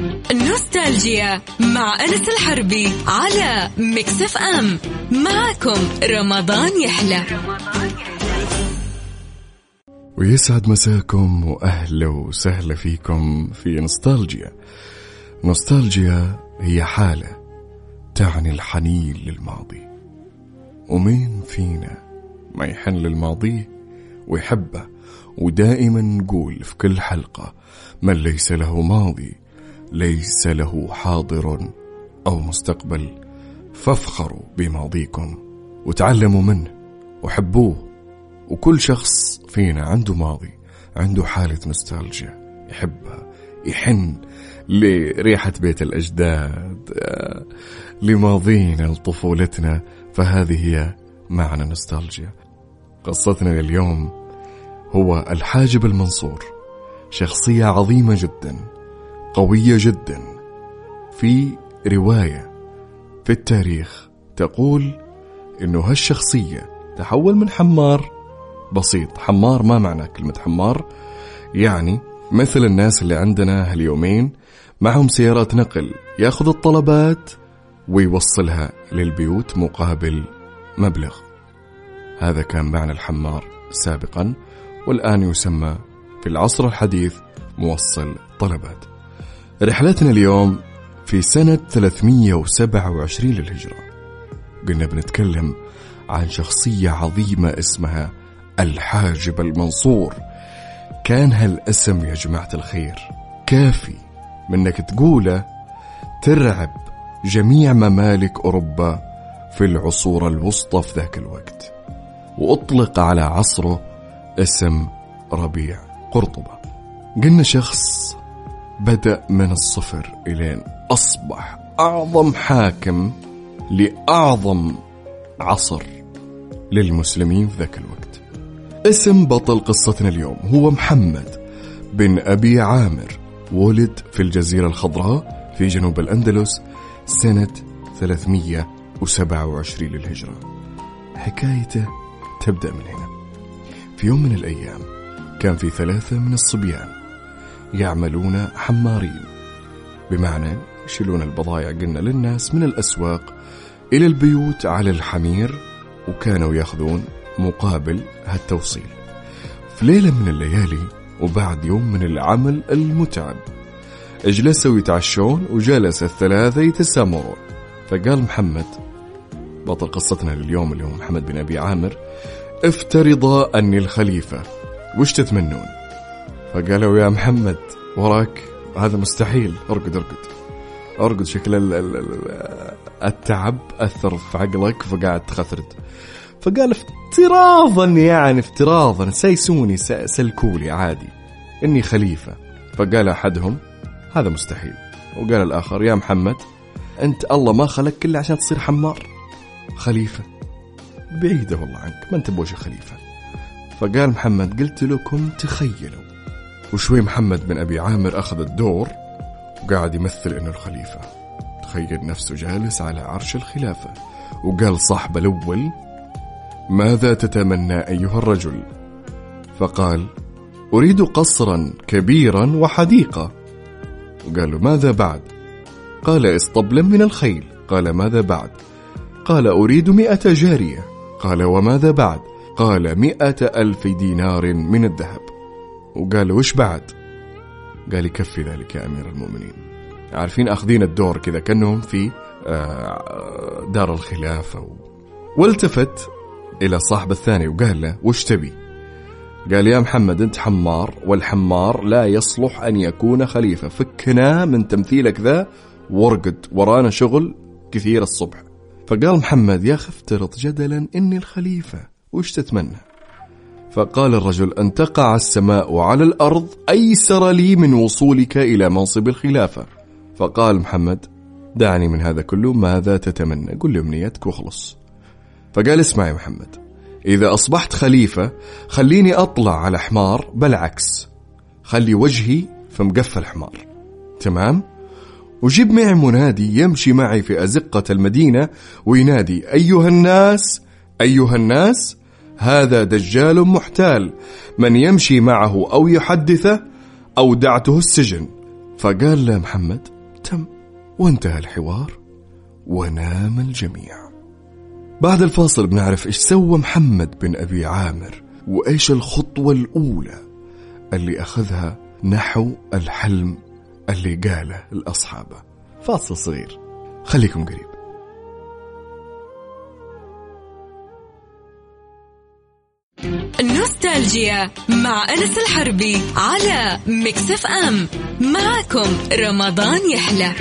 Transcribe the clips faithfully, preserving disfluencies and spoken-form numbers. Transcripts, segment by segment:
نوستالجيا مع أنس الحربي على ميكس اف ام. معكم رمضان يحلى. ويسعد مساكم وأهلا وسهلا فيكم في نوستالجيا. نوستالجيا هي حالة تعني الحنين للماضي، ومين فينا ما يحن للماضي ويحبه؟ ودائما نقول في كل حلقة: من ليس له ماضي ليس له حاضر أو مستقبل، فافخروا بماضيكم وتعلموا منه وحبوه. وكل شخص فينا عنده ماضي، عنده حالة نوستالجيا يحبها، يحن لريحة بيت الأجداد، لماضينا، لطفولتنا. فهذه هي معنى نوستالجيا. قصتنا اليوم هو الحاجب المنصور، شخصية عظيمة جدا، قوية جدا. في رواية في التاريخ تقول إنه هالشخصية تحول من حمار بسيط. حمار ما معنى كلمة حمار؟ يعني مثل الناس اللي عندنا هاليومين معهم سيارات نقل، ياخذ الطلبات ويوصلها للبيوت مقابل مبلغ. هذا كان معنى الحمار سابقا، والآن يسمى في العصر الحديث موصل طلبات. رحلتنا اليوم في سنة ثلاثمية وسبعة وعشرين للهجرة. قلنا بنتكلم عن شخصية عظيمة اسمها الحاجب المنصور. كان هالاسم يا جماعة الخير كافي منك تقوله ترعب جميع ممالك أوروبا في العصور الوسطى في ذاك الوقت. وأطلق على عصره اسم ربيع قرطبة. قلنا شخص بدأ من الصفر إلين أصبح أعظم حاكم لأعظم عصر للمسلمين في ذاك الوقت. اسم بطل قصتنا اليوم هو محمد بن أبي عامر. ولد في الجزيرة الخضراء في جنوب الأندلس سنة ثلاثمية وسبعة وعشرين للهجرة. حكايته تبدأ من هنا. في يوم من الأيام كان في ثلاثة من الصبيان يعملون حمارين، بمعنى يشيلون البضائع قلنا للناس من الأسواق إلى البيوت على الحمير، وكانوا يأخذون مقابل هالتوصيل. في ليلة من الليالي وبعد يوم من العمل المتعب اجلسوا يتعشون، وجلس الثلاثة يتسامرون. فقال محمد بطل قصتنا لليوم اللي هو محمد بن أبي عامر: افترضا أني الخليفة، وش تتمنون؟ فقالوا يا محمد وراك هذا مستحيل، ارقد ارقد ارقد شكل التعب أثر في عقلك فقاعد تخثرد. فقال افتراضا يعني افتراضا سيسوني سلكولي عادي إني خليفة. فقال أحدهم هذا مستحيل، وقال الآخر يا محمد أنت الله ما خلق كله عشان تصير حمار خليفة، بعيدة والله عنك، ما انت بوش خليفة. فقال محمد قلت لكم تخيلوا. وشوي محمد بن أبي عامر أخذ الدور وقاعد يمثل إنه الخليفة. تخيل نفسه جالس على عرش الخلافة، وقال صاحب الأول: ماذا تتمنى أيها الرجل؟ فقال: أريد قصرا كبيرا وحديقة. وقال له: ماذا بعد؟ قال: اسطبلا من الخيل. قال: ماذا بعد؟ قال: أريد مئة جارية. قال: وماذا بعد؟ قال: مئة ألف دينار من الذهب. وقال له: وش بعد؟ قال: يكفي ذلك يا أمير المؤمنين. عارفين أخذين الدور كذا كأنهم في دار الخلافة. والتفت إلى صاحب الثاني وقال له: وش تبي؟ قال: يا محمد أنت حمار، والحمار لا يصلح أن يكون خليفة، فكنا من تمثيلك ذا وارقد، ورانا شغل كثير الصبح. فقال محمد: يا أخي افترض جدلا إني الخليفة، وش تتمنى؟ فقال الرجل: أن تقع السماء على الأرض أيسر لي من وصولك إلى منصب الخلافة. فقال محمد: دعني من هذا كله، ماذا تتمنى؟ قل لي أمنيتك وخلص. فقال: اسمع يا محمد، إذا أصبحت خليفة خليني أطلع على حمار، بالعكس خلي وجهي في مقفل حمار، تمام؟ وجيب معي منادي يمشي معي في أزقة المدينة وينادي: أيها الناس أيها الناس هذا دجال محتال، من يمشي معه أو يحدثه أودعته السجن. فقال له محمد: تم، وانتهى الحوار ونام الجميع. بعد الفاصل بنعرف إيش سوى محمد بن أبي عامر وإيش الخطوة الأولى اللي أخذها نحو الحلم اللي قاله لأصحابه. فاصل صغير، خليكم قريب. نوستالجيا مع أنس الحربي على ميكس اف ام. معكم رمضان يحلى.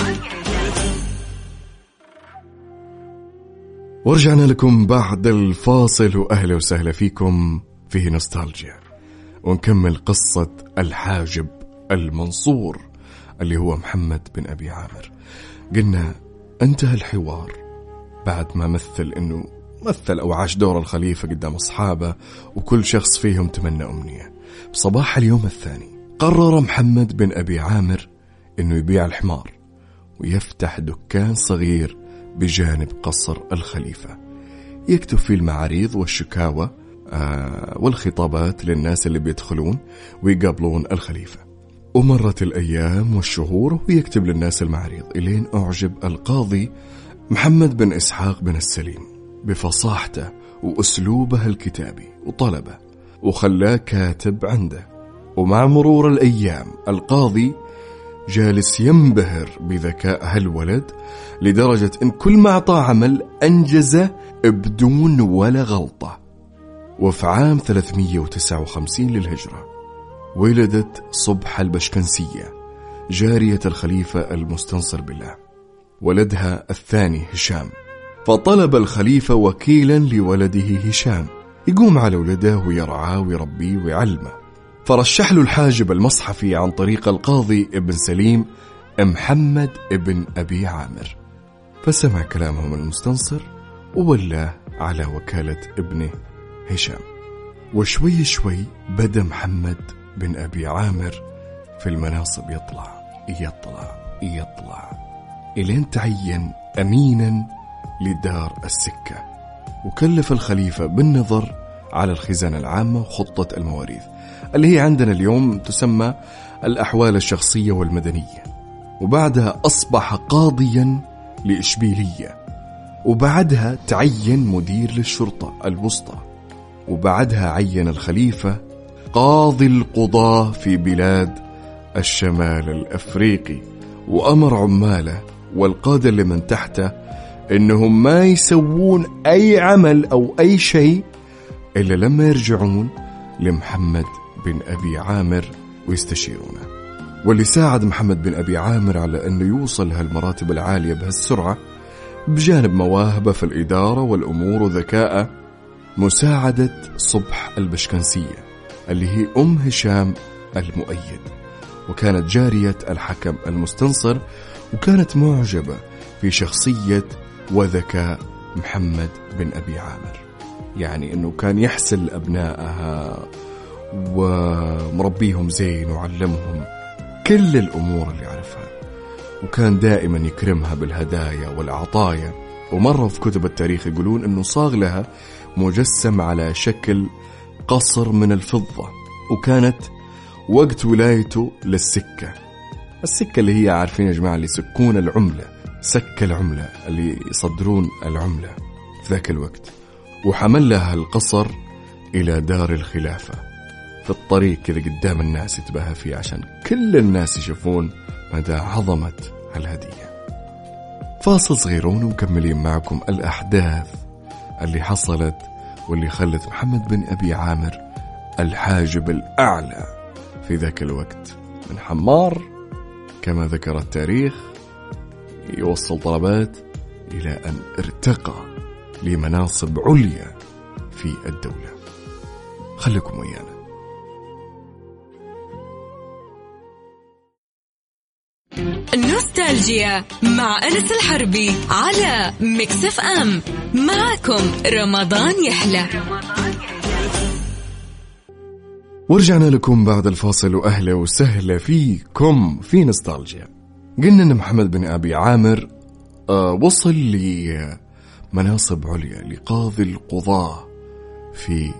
ورجعنا لكم بعد الفاصل، وأهلا وسهلا فيكم في نوستالجيا، ونكمل قصة الحاجب المنصور اللي هو محمد بن أبي عامر. قلنا انتهى الحوار بعد ما مثل إنه مثل أو عاش دور الخليفة قدام أصحابه، وكل شخص فيهم تمنى أمنية. بصباح اليوم الثاني قرر محمد بن أبي عامر إنه يبيع الحمار ويفتح دكان صغير بجانب قصر الخليفة، يكتب فيه المعاريض والشكاوى آه والخطابات للناس اللي بيدخلون ويقابلون الخليفة. ومرت الأيام والشهور ويكتب للناس المعاريض، إلين أعجب القاضي محمد بن إسحاق بن السليم بفصاحته وأسلوبه الكتابي وطلبه وخلاه كاتب عنده. ومع مرور الأيام القاضي جالس ينبهر بذكاء هالولد، لدرجة إن كل ما أعطاه عمل أنجزه بدون ولا غلطة. وفي عام ثلاثمية وتسعة وخمسين للهجرة ولدت صبح البشكنسية جارية الخليفة المستنصر بالله، ولدها الثاني هشام. فطلب الخليفة وكيلا لولده هشام يقوم على ولده ويرعاه ويربيه ويعلمه، فرشح له الحاجب المصحفي عن طريق القاضي ابن سليم محمد ابن أبي عامر. فسمع كلامهم المستنصر وولاه على وكالة ابنه هشام. وشوي شوي بدأ محمد بن أبي عامر في المناصب يطلع يطلع يطلع إلين تعين أمينا لدار السكة، وكلف الخليفة بالنظر على الخزانة العامة وخطة المواريث اللي هي عندنا اليوم تسمى الأحوال الشخصية والمدنية. وبعدها أصبح قاضيا لإشبيلية، وبعدها تعين مدير للشرطة الوسطى، وبعدها عين الخليفة قاضي القضاة في بلاد الشمال الأفريقي، وأمر عماله والقادة اللي من تحته إنهم ما يسوون أي عمل أو أي شيء إلا لما يرجعون لمحمد بن أبي عامر ويستشيرونه. واللي ساعد محمد بن أبي عامر على أنه يوصل هالمراتب العالية بهالسرعة، بجانب مواهبه في الإدارة والأمور وذكاءه، مساعدة صبح البشكنسية اللي هي أم هشام المؤيد، وكانت جارية الحكم المستنصر، وكانت معجبة في شخصية وذكاء محمد بن أبي عامر. يعني أنه كان يحسن أبنائها ومربيهم زين وعلمهم كل الأمور اللي عرفها، وكان دائما يكرمها بالهدايا والعطايا. ومرة في كتب التاريخ يقولون أنه صاغ لها مجسم على شكل قصر من الفضة، وكانت وقت ولايته للسكة، السكة اللي هي عارفين يا جماعة اللي يسكون العملة، سك العملة اللي يصدرون العملة في ذاك الوقت. وحمل لها القصر إلى دار الخلافة في الطريق كذا قدام الناس يتباهى فيه، عشان كل الناس يشوفون مدى عظمة هالهدية. فاصل صغيرون ومكملين معكم الأحداث اللي حصلت واللي خلت محمد بن أبي عامر الحاجب الأعلى في ذاك الوقت من حمار كما ذكر التاريخ يوصل طلبات إلى أن ارتقى لمناصب عليا في الدولة. خليكم ويانا. نوستالجيا مع أنس الحربي على ميكس اف ام. معكم رمضان يحلى. ورجعنا لكم بعد الفاصل، وأهلا وسهلا فيكم في نوستالجيا. قلنا أن محمد بن أبي عامر آه وصل لمناصب عليا لقاضي القضاة في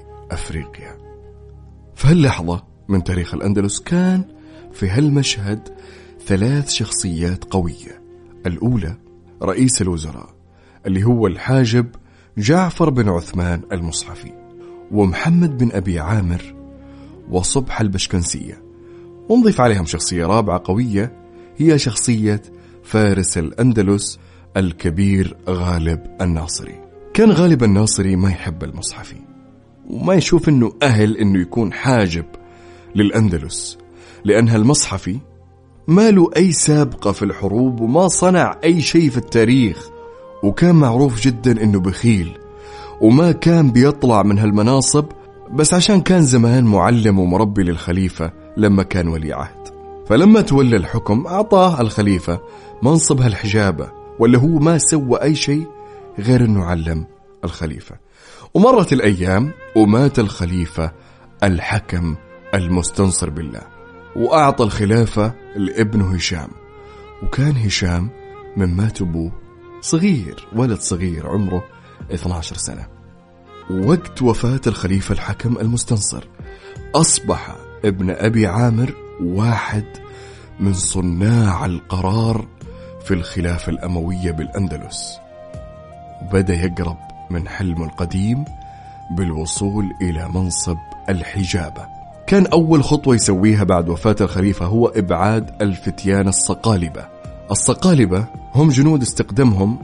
أفريقيا. في هاللحظة من تاريخ الأندلس كان في هالمشهد ثلاث شخصيات قوية. الأولى رئيس الوزراء اللي هو الحاجب جعفر بن عثمان المصحفي، ومحمد بن أبي عامر، وصبح البشكنسية. ونضيف عليهم شخصية رابعة قوية هي شخصية فارس الأندلس الكبير غالب الناصري. كان غالب الناصري ما يحب المصحفي وما يشوف أنه أهل أنه يكون حاجب للأندلس، لأنها المصحفي ما له أي سابقة في الحروب وما صنع أي شيء في التاريخ، وكان معروف جدا أنه بخيل وما كان بيطلع من هالمناصب بس عشان كان زمان معلم ومربي للخليفة لما كان ولي عهد. فلما تولى الحكم أعطاه الخليفة منصب هالحجابة، ولا هو ما سوى أي شيء غير أنه علم الخليفة. ومرت الأيام ومات الخليفة الحكم المستنصر بالله، وأعطى الخلافة لابنه هشام. وكان هشام من مات أبوه صغير، ولد صغير عمره اثنتي عشرة سنة. وقت وفاة الخليفة الحكم المستنصر أصبح ابن أبي عامر واحد من صناع القرار في الخلافة الأموية بالأندلس، وبدأ يقرب من حلمه القديم بالوصول إلى منصب الحجابة. كان أول خطوة يسويها بعد وفاة الخليفة هو إبعاد الفتيان الصقالبة. الصقالبة هم جنود استقدمهم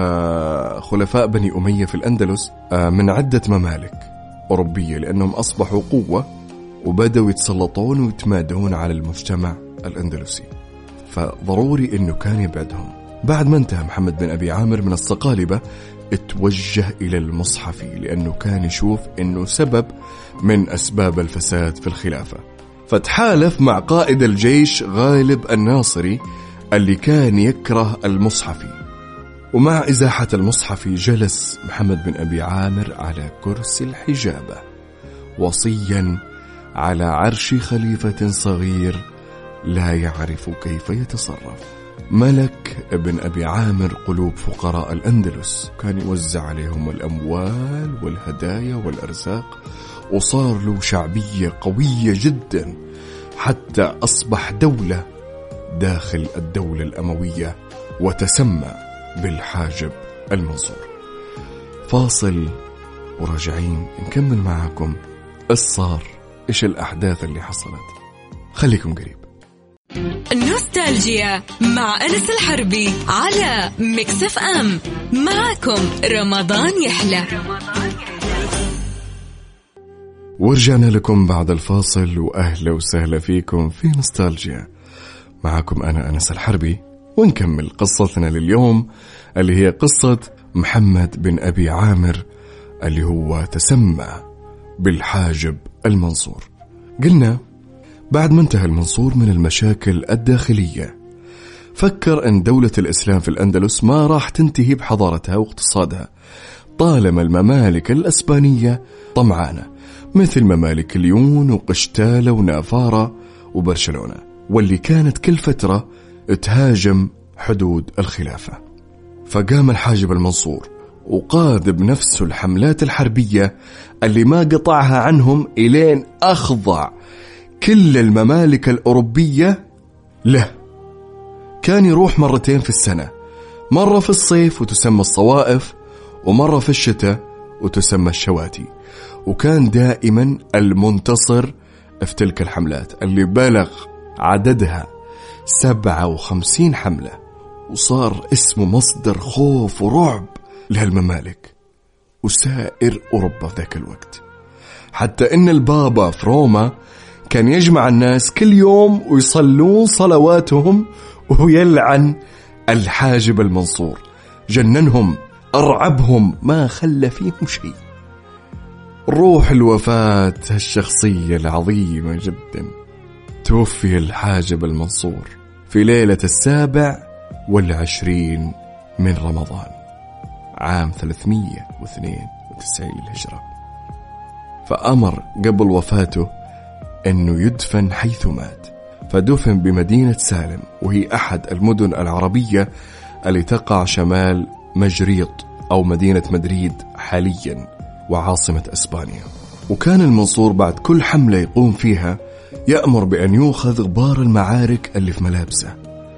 خلفاء بني أمية في الأندلس من عدة ممالك أوروبية، لأنهم أصبحوا قوة وبدأوا يتسلطون ويتمادون على المجتمع الأندلسي، فضروري أنه كان يبعدهم. بعد ما انتهى محمد بن أبي عامر من الصقالبة اتوجه إلى المصحفي، لأنه كان يشوف أنه سبب من أسباب الفساد في الخلافة. فتحالف مع قائد الجيش غالب الناصري اللي كان يكره المصحفي. ومع إزاحة المصحفي جلس محمد بن أبي عامر على كرسي الحجابة وصيا على عرش خليفة صغير لا يعرف كيف يتصرف. ملك ابن أبي عامر قلوب فقراء الأندلس، كان يوزع عليهم الأموال والهدايا والأرزاق، وصار له شعبية قوية جدا حتى أصبح دولة داخل الدولة الأموية وتسمى بالحاجب المنصور. فاصل وراجعين نكمل معكم إيش صار، إيش الأحداث اللي حصلت. خليكم قريب. نوستالجيا مع أنس الحربي على ميكس اف ام. معكم رمضان يحلى. ورجعنا لكم بعد الفاصل، وأهلا وسهلا فيكم في نوستالجيا. معكم أنا أنس الحربي، ونكمل قصتنا لليوم اللي هي قصة محمد بن أبي عامر اللي هو تسمى بالحاجب المنصور. قلنا بعد ما انتهى المنصور من المشاكل الداخلية فكر أن دولة الإسلام في الأندلس ما راح تنتهي بحضارتها واقتصادها طالما الممالك الأسبانية طمعانة، مثل ممالك ليون وقشتالة ونافارة وبرشلونة، واللي كانت كل فترة تهاجم حدود الخلافة. فقام الحاجب المنصور وقاد بنفسه الحملات الحربية اللي ما قطعها عنهم إلين أخضع كل الممالك الأوروبية له. كان يروح مرتين في السنة، مرة في الصيف وتسمى الصوائف، ومرة في الشتاء وتسمى الشواتي. وكان دائما المنتصر في تلك الحملات اللي بلغ عددها سبعة وخمسين حملة، وصار اسمه مصدر خوف ورعب لهالممالك وسائر أوروبا في ذاك الوقت. حتى إن البابا في روما كان يجمع الناس كل يوم ويصلون صلواتهم ويلعن الحاجب المنصور، جننهم أرعبهم ما خلى فيهم شيء. روح الوفاة هالشخصية العظيمة جدا. توفي الحاجب المنصور في ليلة السابع والعشرين من رمضان عام ثلاثمية واثنين وتسعين للهجرة. فأمر قبل وفاته أنه يدفن حيث مات، فدفن بمدينة سالم، وهي أحد المدن العربية اللي تقع شمال مجريط أو مدينة مدريد حاليا وعاصمة أسبانيا. وكان المنصور بعد كل حملة يقوم فيها يأمر بأن يؤخذ غبار المعارك اللي في ملابسه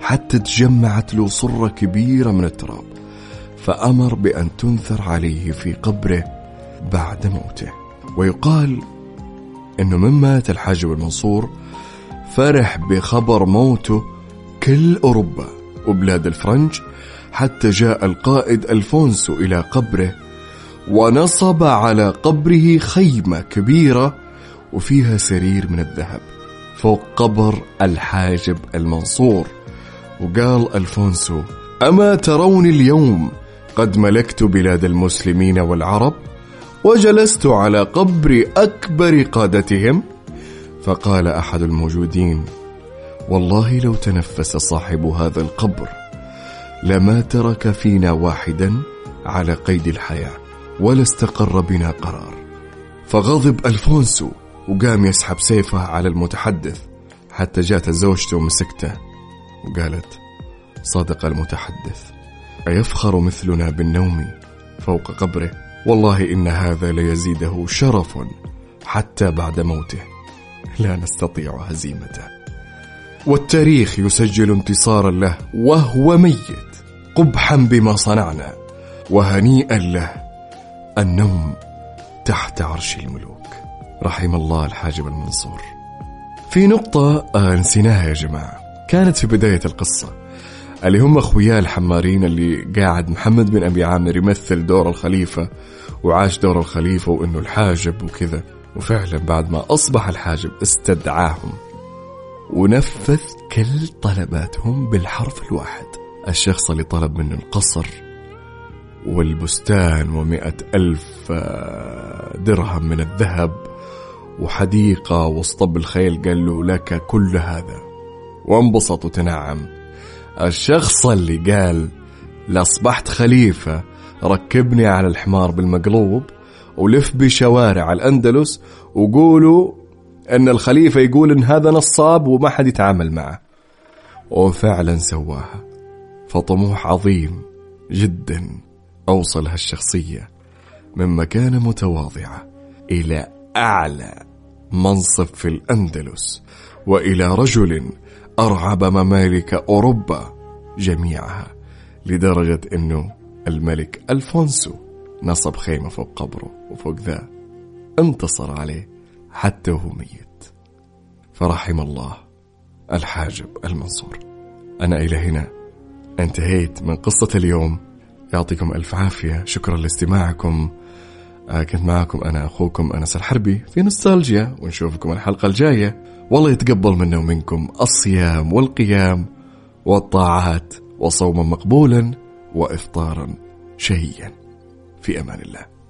حتى تجمعت له صرة كبيرة من التراب، فأمر بأن تنثر عليه في قبره بعد موته. ويقال أنه من مات الحاجب المنصور فرح بخبر موته كل أوروبا وبلاد الفرنج، حتى جاء القائد ألفونسو إلى قبره ونصب على قبره خيمة كبيرة وفيها سرير من الذهب فوق قبر الحاجب المنصور. وقال ألفونسو: أما ترون اليوم قد ملكت بلاد المسلمين والعرب وجلست على قبر أكبر قادتهم؟ فقال أحد الموجودين: والله لو تنفس صاحب هذا القبر لما ترك فينا واحدا على قيد الحياة ولا استقر بنا قرار. فغضب ألفونسو وقام يسحب سيفه على المتحدث، حتى جات زوجته ومسكته وقالت: صادق المتحدث، أيفخر مثلنا بالنوم فوق قبره؟ والله إن هذا ليزيده شرف حتى بعد موته لا نستطيع هزيمته. والتاريخ يسجل انتصارا له وهو ميت، قبحا بما صنعنا، وهنيئا له النوم تحت عرش الملوك. رحم الله الحاجب المنصور. في نقطة آه نسيناها يا جماعة، كانت في بداية القصة، اللي هم أخويا الحمارين اللي قاعد محمد بن أبي عامر يمثل دور الخليفة وعاش دور الخليفة وإنه الحاجب وكذا. وفعلا بعد ما أصبح الحاجب استدعاهم ونفذ كل طلباتهم بالحرف الواحد. الشخص اللي طلب منه القصر والبستان ومئة ألف درهم من الذهب وحديقة واسطبل الخيل قال له: لك كل هذا، وانبسط وتنعم. الشخص اللي قال: لأصبحت خليفة ركبني على الحمار بالمقلوب ولف بشوارع الأندلس وقولوا أن الخليفة يقول إن هذا نصاب وما حد يتعامل معه. وفعلا سواها. فطموح عظيم جدا أوصل هالشخصية من مكانة متواضعة إلى أعلى منصب في الأندلس، وإلى رجل أرعب ممالك أوروبا جميعها، لدرجة أنه الملك ألفونسو نصب خيمة فوق قبره، وفوق ذا انتصر عليه حتى وهو ميت. فرحم الله الحاجب المنصور. أنا إلى هنا انتهيت من قصة اليوم. يعطيكم ألف عافية، شكرا لاستماعكم. كنت معكم أنا أخوكم أنس الحربي في نوستالجيا، ونشوفكم الحلقة الجاية. والله يتقبل منا ومنكم الصيام والقيام والطاعات، وصوما مقبولا وإفطارا شهيا. في أمان الله.